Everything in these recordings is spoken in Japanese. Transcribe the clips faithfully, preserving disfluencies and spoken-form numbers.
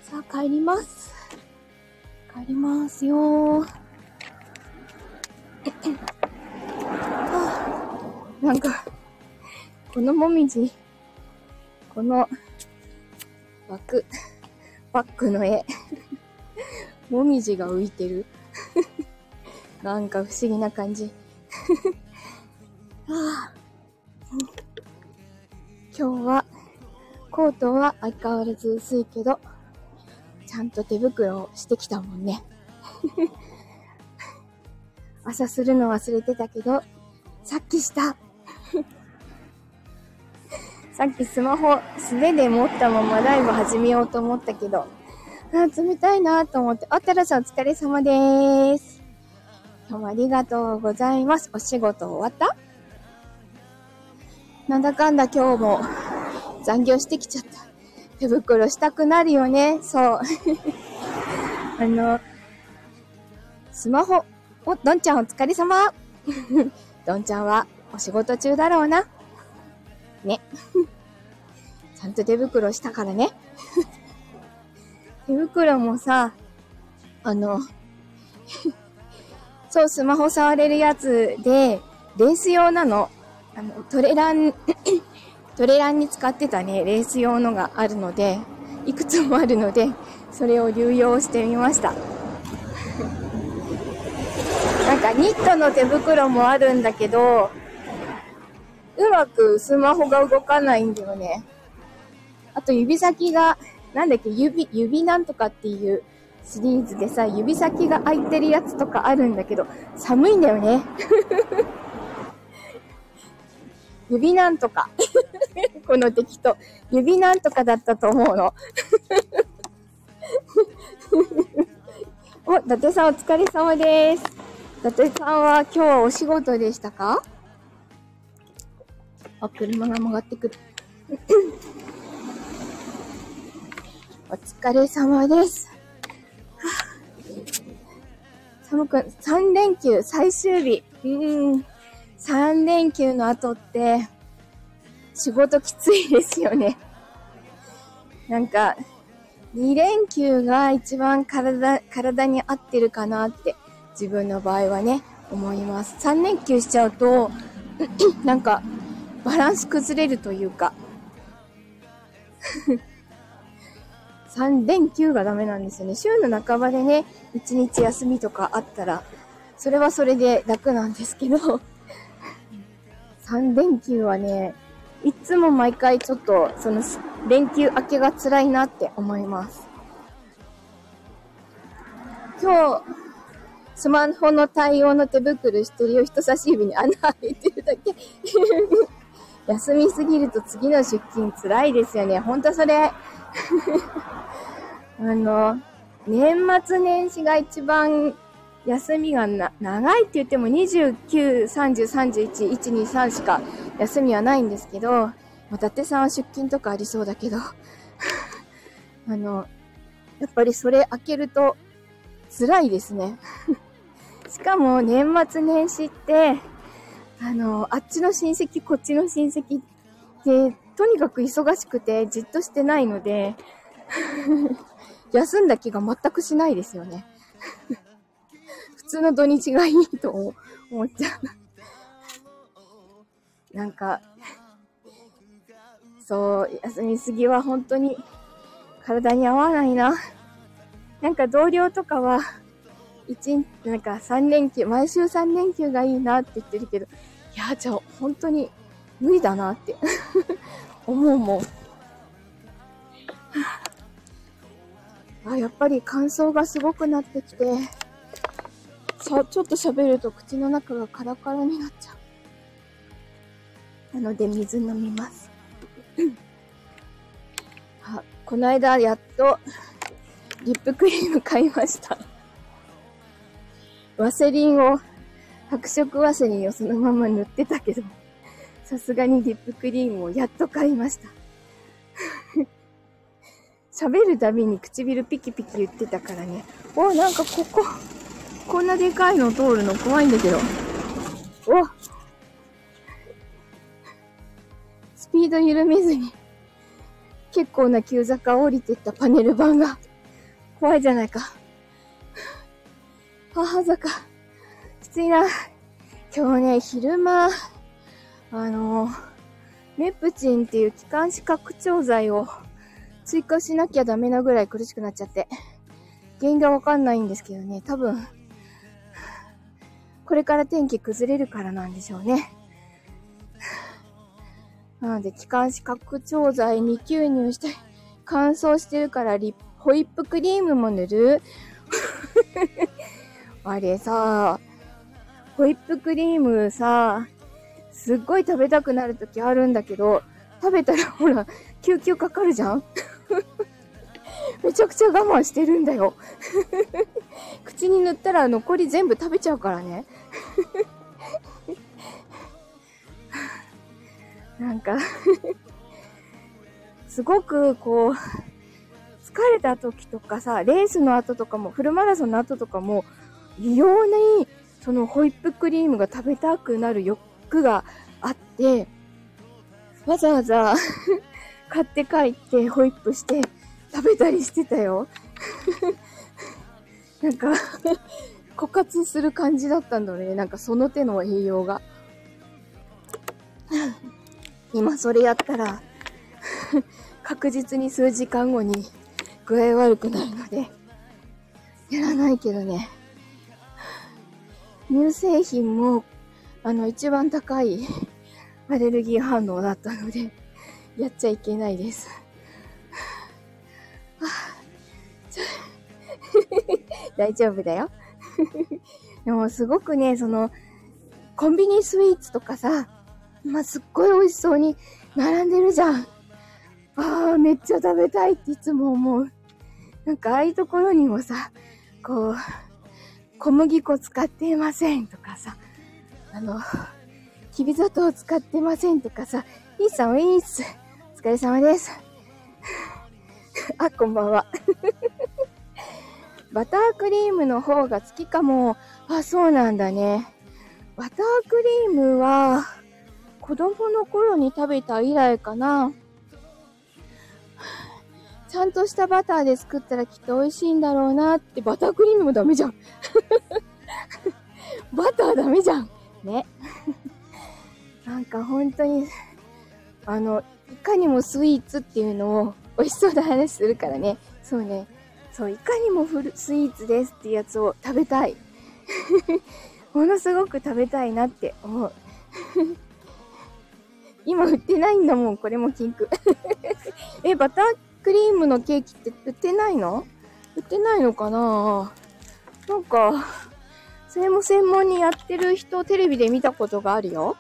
さあ帰ります。帰りますよー。はあ、なんか、このもみじ、このバック、バックの絵、もみじが浮いてる。なんか不思議な感じ。はあ、今日は、コートは相変わらず薄いけど、ちゃんと手袋をしてきたもんね。朝するの忘れてたけど、さっきした。さっきスマホ素手で持ったままライブ始めようと思ったけど、あー冷たいなと思って。あ、タラさんお疲れ様でーす。今日もありがとうございます。お仕事終わった？なんだかんだ今日も残業してきちゃった。手袋したくなるよね。そう。あの、スマホ、お、どんちゃんお疲れ様。どんちゃんはお仕事中だろうな。ね。ちゃんと手袋したからね。手袋もさ、あの、そう、スマホ触れるやつで、レース用なの。あの、トレラン、トレランに使ってたね、レース用のがあるので、いくつもあるので、それを流用してみました。なんかニットの手袋もあるんだけど、うまくスマホが動かないんだよね。あと指先が、なんだっけ、指、指なんとかっていうシリーズでさ、指先が開いてるやつとかあるんだけど、寒いんだよね。指なんとか。この敵と、指なんとかだったと思うの。お、伊達さんお疲れ様です。伊達さんは今日はお仕事でしたか？あ、車が曲がってくる。お疲れ様です。寒く、さん連休最終日。うーん。さん連休の後って、仕事きついですよね。なんか、に連休が一番体、体に合ってるかなって、自分の場合はね、思います。さん連休しちゃうと、なんか、バランス崩れるというか、さん連休がダメなんですよね。週の半ばでね、いちにち休みとかあったら、それはそれで楽なんですけど、さん連休はね、いつも毎回ちょっと、その、連休明けが辛いなって思います。今日、スマホの対応の手袋してるよ。人差し指に穴開いてるだけ。休みすぎると次の出勤辛いですよね。ほんとそれ。あの、年末年始が一番休みがな長いって言ってもにじゅうく、さんじゅう、さんじゅういち、いち、に、さんしか休みはないんですけど、まあ、伊達さんは出勤とかありそうだけど、あの、やっぱりそれ開けると辛いですね。しかも年末年始って、あの、あっちの親戚、こっちの親戚で、とにかく忙しくてじっとしてないので、休んだ気が全くしないですよね。普通の土日がいいと思っちゃう。なんか、そう、休みすぎは本当に体に合わないな。なんか同僚とかは、一日、なんか三連休、毎週三連休がいいなって言ってるけど、いや、じゃあ本当に無理だなって思うもん。あ、やっぱり乾燥がすごくなってきて、さ、ちょっと喋ると口の中がカラカラになっちゃう。なので水飲みます。あ、この間やっとリップクリーム買いました。ワセリンを、白色ワセリンをそのまま塗ってたけど、さすがにリップクリームをやっと買いました。喋るたびに唇ピキピキ言ってたからね。お、なんかここ、こんなでかいの通るの怖いんだけど。お、スピード緩めずに、結構な急坂を降りてったパネル板が怖いじゃないか。母坂。きついな。今日ね、昼間、あの、メプチンっていう気管支拡張剤を追加しなきゃダメなぐらい苦しくなっちゃって。原因がわかんないんですけどね、多分、これから天気崩れるからなんでしょうね。なので、気管支拡張剤に吸入して、乾燥してるからリ、ホイップクリームも塗るあれさ、ホイップクリームさ、すっごい食べたくなるときあるんだけど、食べたらほら、救急かかるじゃんめちゃくちゃ我慢してるんだよ口に塗ったら残り全部食べちゃうからねなんかすごくこう、疲れた時とかさ、レースの後とかも、フルマラソンの後とかも、異様にそのホイップクリームが食べたくなる欲があって、わざわざ買って帰ってホイップして食べたりしてたよ。なんか枯渇する感じだったんだね。なんかその手の栄養が。今それやったら確実に数時間後に具合悪くなるのでやらないけどね。乳製品もあの一番高いアレルギー反応だったのでやっちゃいけないです。大丈夫だよ。でもすごくね、そのコンビニスイーツとかさ、まあ、すっごい美味しそうに並んでるじゃん。ああ、めっちゃ食べたいっていつも思う。なんかああいうところにもさ、こう、小麦粉使っていませんとかさ、あの、きび砂糖使ってませんとかさ、いいさんいいっす。お疲れ様です。あ、こんばんは。バタークリームの方が好きかも。あ、そうなんだね。バタークリームは、子供の頃に食べた以来かな。ちゃんとしたバターで作ったらきっと美味しいんだろうなって。バタークリームもダメじゃん。バターダメじゃん。ね。なんか本当に、あの、いかにもスイーツっていうのを美味しそうな話するからね。そうね。そう、いかにもフルスイーツですってやつを食べたい。ものすごく食べたいなって思う。今売ってないんだもん、これも金句。え、バタークリームのケーキって売ってないの？売ってないのかな？なんか、それも専門にやってる人をテレビで見たことがあるよ。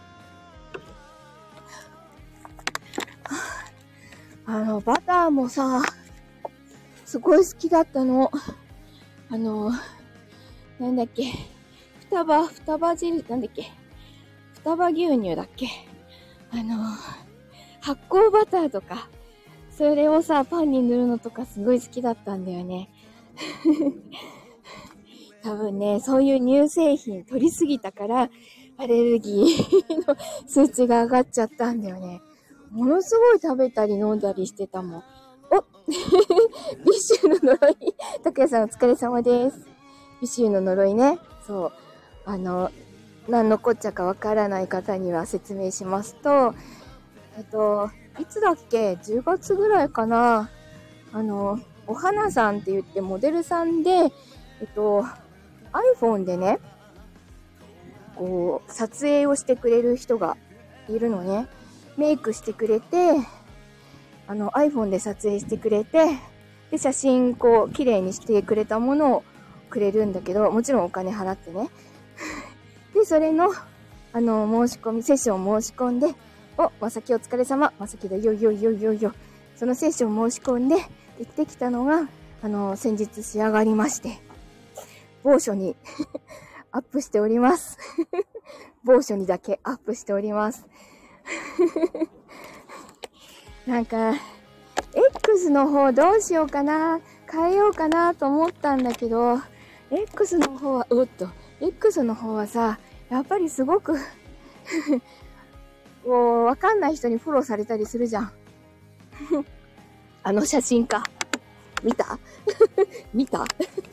あの、バターもさ、すごい好きだったの。あの、なんだっけ。双葉、双葉汁、なんだっけ。双葉牛乳だっけ。あの、発酵バターとか、それをさ、パンに塗るのとかすごい好きだったんだよね。多分ね、そういう乳製品取りすぎたから、アレルギーの数値が上がっちゃったんだよね。ものすごい食べたり飲んだりしてたもん。おビシューの呪い。たくやさんお疲れ様です。ビシューの呪いね。そう。あの、何のこっちゃかわからない方には説明しますと、えっと、いつだっけ ?じゅうがつぐらいかな。あの、お花さんって言ってモデルさんで、えっと、iPhone でね、こう、撮影をしてくれる人がいるのね。メイクしてくれて、あの iPhone で撮影してくれて、で、写真こう、綺麗にしてくれたものをくれるんだけど、もちろんお金払ってね。で、それの、あの、申し込み、セッションを申し込んで、お、まさきお疲れ様。まさきだよよよよよ。そのセッションを申し込んで、行ってきたのが、あの、先日仕上がりまして、某所にアップしております。某所にだけアップしております。なんか、X の方どうしようかな、変えようかなと思ったんだけど、X の方は、おっと、X の方はさ、やっぱりすごくこう、わかんない人にフォローされたりするじゃん。あの写真か。 見た見た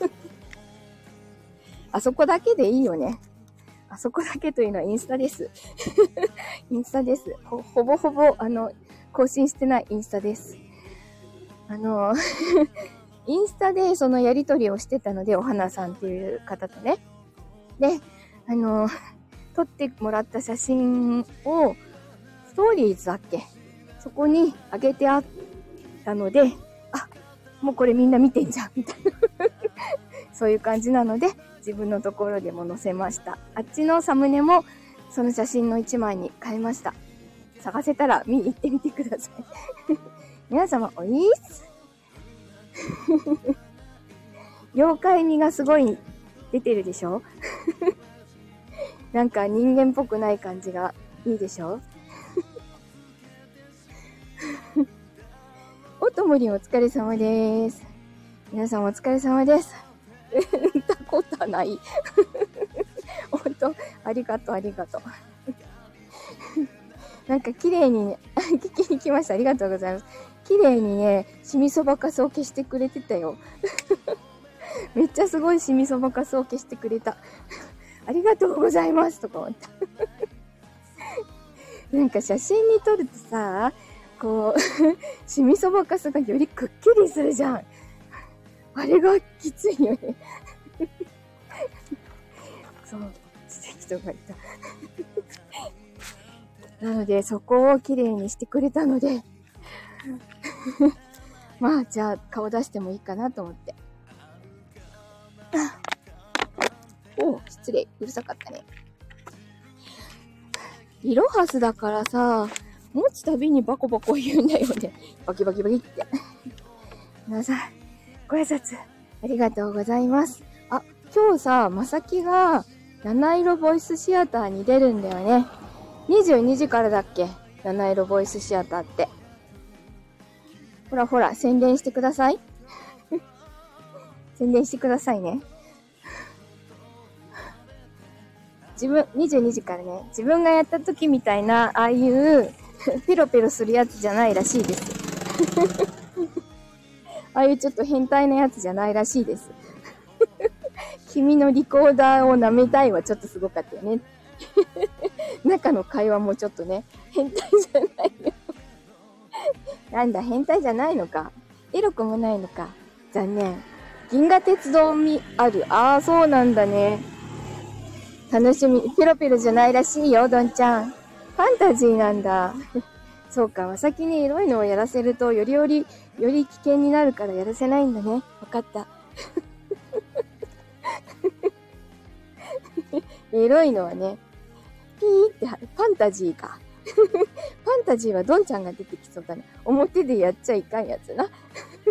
あそこだけでいいよね。あそこだけというのはインスタです。インスタです。ほ、ほぼほぼ、あの、更新してないインスタです。あの、インスタでそのやりとりをしてたので、お花さんっていう方とね。で、あの、撮ってもらった写真を、ストーリーズだっけ？そこに上げてあったので、あ、もうこれみんな見てんじゃん、みたいな。そういう感じなので、自分のところでも載せました。あっちのサムネも、その写真の一枚に変えました。探せたら見に行ってみてください。皆様、おいーす。妖怪味がすごい出てるでしょなんか人間っぽくない感じがいいでしょおともりお疲れ様です。皆さんお疲れ様です。たことはない。本当ありがとうありがとう。なんか綺麗にね、聞きに来ました。ありがとうございます。綺麗にね、シミそばかすを消してくれてたよ。めっちゃすごいシミそばかすを消してくれた。ありがとうございますとか思った。なんか写真に撮るとさ、こう、シミそばかすがよりくっきりするじゃん。あれがきついよね。そう、素敵人がいた。なので、そこをきれいにしてくれたので、まあ、じゃあ、顔出してもいいかなと思って。おう、失礼。うるさかったね。イロハスだからさ、持つたびにバコバコ言うんだよね。バキバキバキって。皆さん、ご挨拶ありがとうございます。あ、今日さ、まさきが七色ボイスシアターに出るんだよね。にじゅうにじからだっけ？七色ボイスシアターって。ほらほら、宣伝してください。宣伝してくださいね。自分、にじゅうにじからね、自分がやった時みたいな、ああいう、ペロペロするやつじゃないらしいです。ああいうちょっと変態なやつじゃないらしいです。君のリコーダーを舐めたいはちょっとすごかったよね。中の会話もちょっとね、変態じゃないよ。なんだ、変態じゃないのか。エロくもないのか。残念。銀河鉄道みある。ああ、そうなんだね。楽しみ。ペロペロじゃないらしいよ、どんちゃん。ファンタジーなんだ。そうか、先にエロいのをやらせると、よりより、より危険になるからやらせないんだね。わかった。エロいのはね、ピーって、ファンタジーか。ファンタジーはどんちゃんが出てきそうだね。表でやっちゃいかんやつな。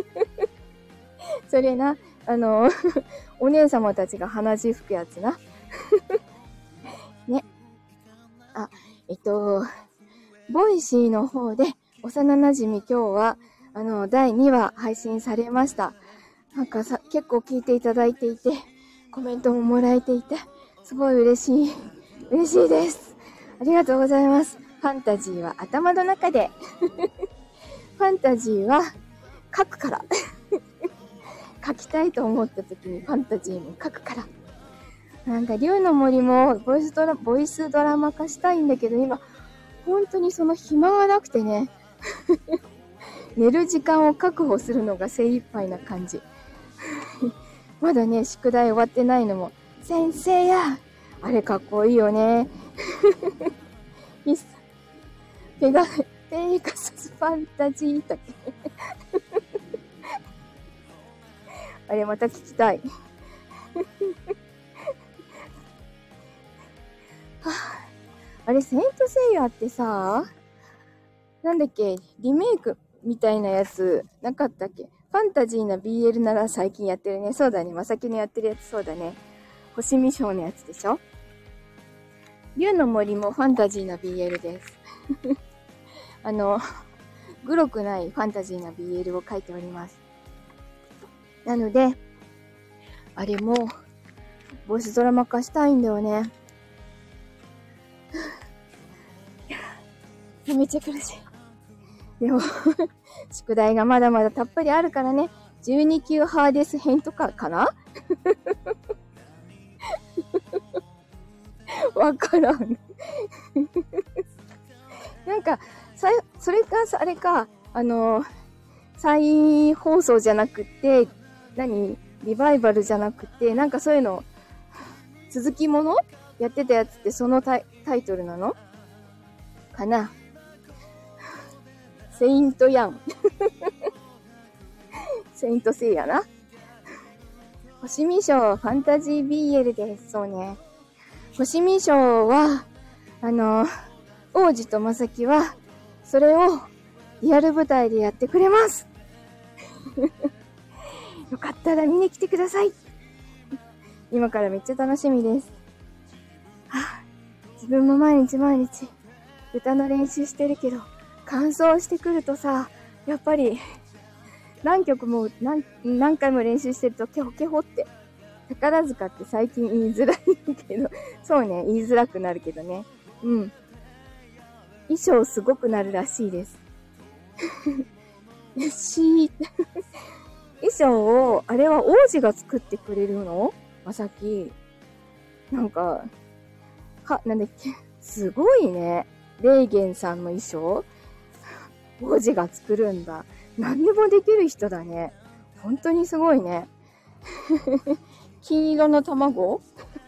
それな、あの、お姉様たちが鼻血吹くやつな。ね。あ、えっと、ボイシーの方で、幼馴染今日は、あの、だいにわ配信されました。なんかさ、結構聞いていただいていて、コメントももらえていて、すごい嬉しい。嬉しいです。ありがとうございます。ファンタジーは頭の中で。ファンタジーは書くから。書きたいと思った時にファンタジーも書くから。なんか、竜の森もボイスドラ、ボイスドラマ化したいんだけど、今、本当にその暇がなくてね。寝る時間を確保するのが精一杯な感じ。まだね、宿題終わってないのも、先生や、あれかっこいいよね。ペガ、ペガサスファンタジーだっけ。あれ、また聞きたい。はあ、あれ、セイントセイヤってさ、なんだっけ、リメイクみたいなやつ、なかったっけ？ファンタジーな ビーエル なら最近やってるね。そうだね。まさきのやってるやつそうだね。星見章のやつでしょ？竜の森もファンタジーな ビーエル です。あの、グロくないファンタジーな ビーエル を書いております。なので、あれも、ボイスドラマ化したいんだよね。めっちゃ苦しい。でも、宿題がまだまだたっぷりあるからね、 じゅうに級ハーデス編とかかなわからん。なんか、さ、それか、あれか、あの、再放送じゃなくて、何リバイバルじゃなくて、なんかそういうの、続きものやってたやつってそのタイ、タイトルなのかな。セイントヤン。セイントセイヤな。星見賞ファンタジー ビーエル です。そうね。星見賞は、あの、王子と正樹は、それをリアル舞台でやってくれます。よかったら見に来てください。今からめっちゃ楽しみです。はあ、自分も毎日毎日歌の練習してるけど、完走してくるとさ、やっぱり何曲も 何, 何回も練習してるとケホケホって。宝塚って最近言いづらいけど、そうね、言いづらくなるけどね。うん。衣装すごくなるらしいです。し衣装を、あれは王子が作ってくれるの？まさき。なんか、は、なんだっけ、すごいね。レイゲンさんの衣装王子が作るんだ。何でもできる人だね。本当にすごいね。金色の卵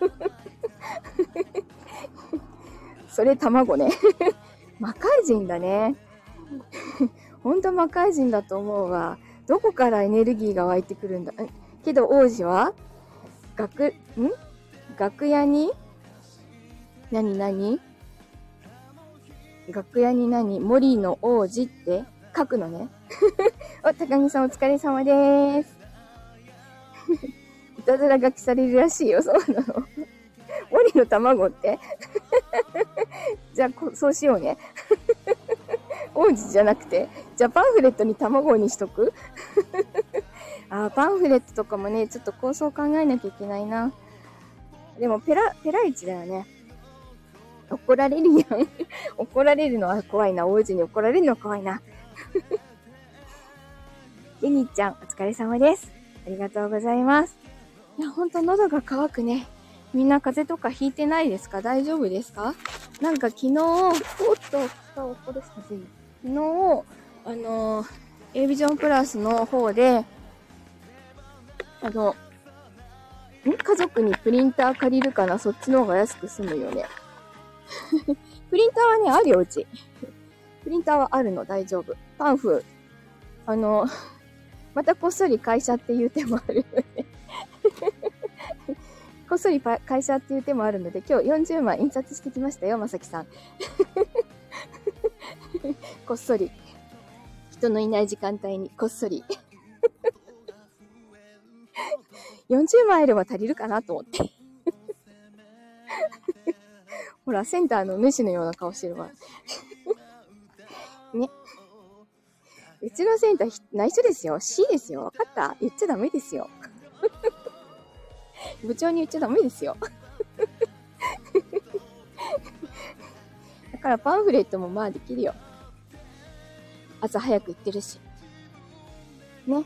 それ卵ね。魔界人だね。ほんと魔界人だと思うわ。どこからエネルギーが湧いてくるんだ。けど王子は楽、ん楽屋に何何楽屋に何森の王子って書くのね。お、高木さんお疲れ様でーす。いたずら書きされるらしいよ。そうなの。森の卵ってじゃあこ、そうしようね。王子じゃなくて。じゃあパンフレットに卵にしとくあ、パンフレットとかもね、ちょっと構想考えなきゃいけないな。でも、ペラ、ペライチだよね。怒られるやん。怒られるのは怖いな。王子に怒られるのは怖いな。レニーちゃん、お疲れ様です。ありがとうございます。いや、ほんと喉が渇くね。みんな風邪とかひいてないですか？大丈夫ですか？なんか昨日、おっと、蓋をこれしたぜ。昨日、あの、A ビジョンプラスの方で、あの、ん家族にプリンター借りるかな？そっちの方が安く済むよね。プリンターはね、あるよ、うち。プリンターはあるの、大丈夫。パンフ、あの、またこっそり会社っていう手もあるよね。こっそり会社っていう手もあるので、今日よんじゅうまい印刷してきましたよ、まさきさん。こっそり。人のいない時間帯にこっそり。よんじゅうまいあれば足りるかなと思って。ほら、センターの主のような顔してるわ。ね。うちのセンター内緒ですよ。C ですよ。わかった？言っちゃダメですよ。部長に言っちゃダメですよ。だからパンフレットもまあできるよ。朝早く行ってるし。ね。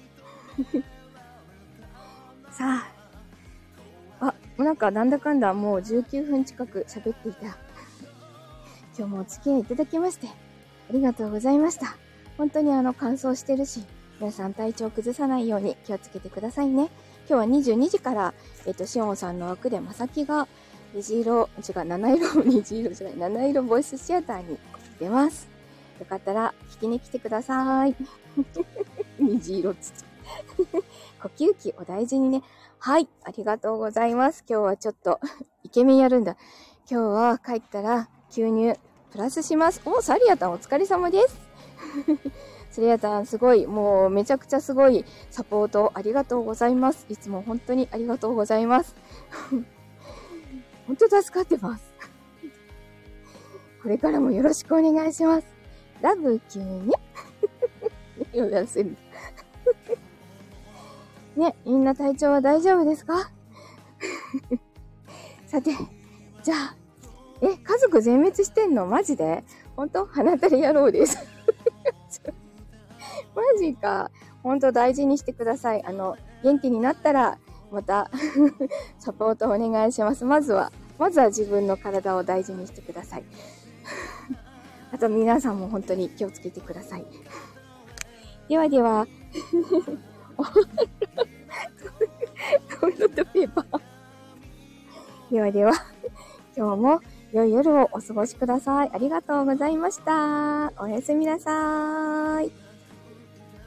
さあ。あ、なんかなんだかんだもうじゅうきゅうふん近く喋っていた。今日もお付き合いいただきまして、ありがとうございました。本当にあの乾燥してるし、皆さん体調崩さないように気をつけてくださいね。今日はにじゅうにじから、えっと、しおんさんの枠でまさきが、虹色、違う、七色、虹色じゃない、七色ボイスシアターに出ます。よかったら聞きに来てください。虹色っつって。呼吸器お大事にね。はい、ありがとうございます。今日はちょっと、イケメンやるんだ。今日は帰ったら吸入プラスします。お、サリアタンお疲れ様です。サリアタンすごい、もうめちゃくちゃすごいサポートありがとうございます。いつも本当にありがとうございます。本当助かってます。これからもよろしくお願いします。ラブキューね。よやせる。ね、みんな体調は大丈夫ですか？さて、じゃあ、え、家族全滅してんの？マジで？ほんと？鼻垂れ野郎です。マジか。 本当大事にしてください。あの、元気になったら、また、サポートお願いします。まずは、まずは自分の体を大事にしてください。あと皆さんも本当に気をつけてください。ではでは、トイレットペーパー。ではでは、今日も良い夜をお過ごしください。ありがとうございました。おやすみなさーい。